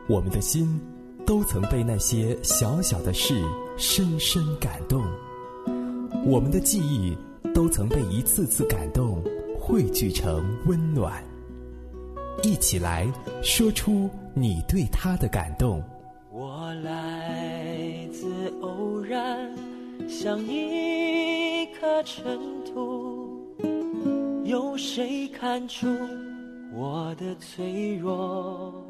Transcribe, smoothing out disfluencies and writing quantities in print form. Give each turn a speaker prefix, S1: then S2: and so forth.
S1: 我们的心都曾被那些小小的事深深感动，我们的记忆都曾被一次次感动汇聚成温暖。一起来说出你对他的感动。
S2: 我来自偶然，像一颗尘土，有谁看出我的脆弱？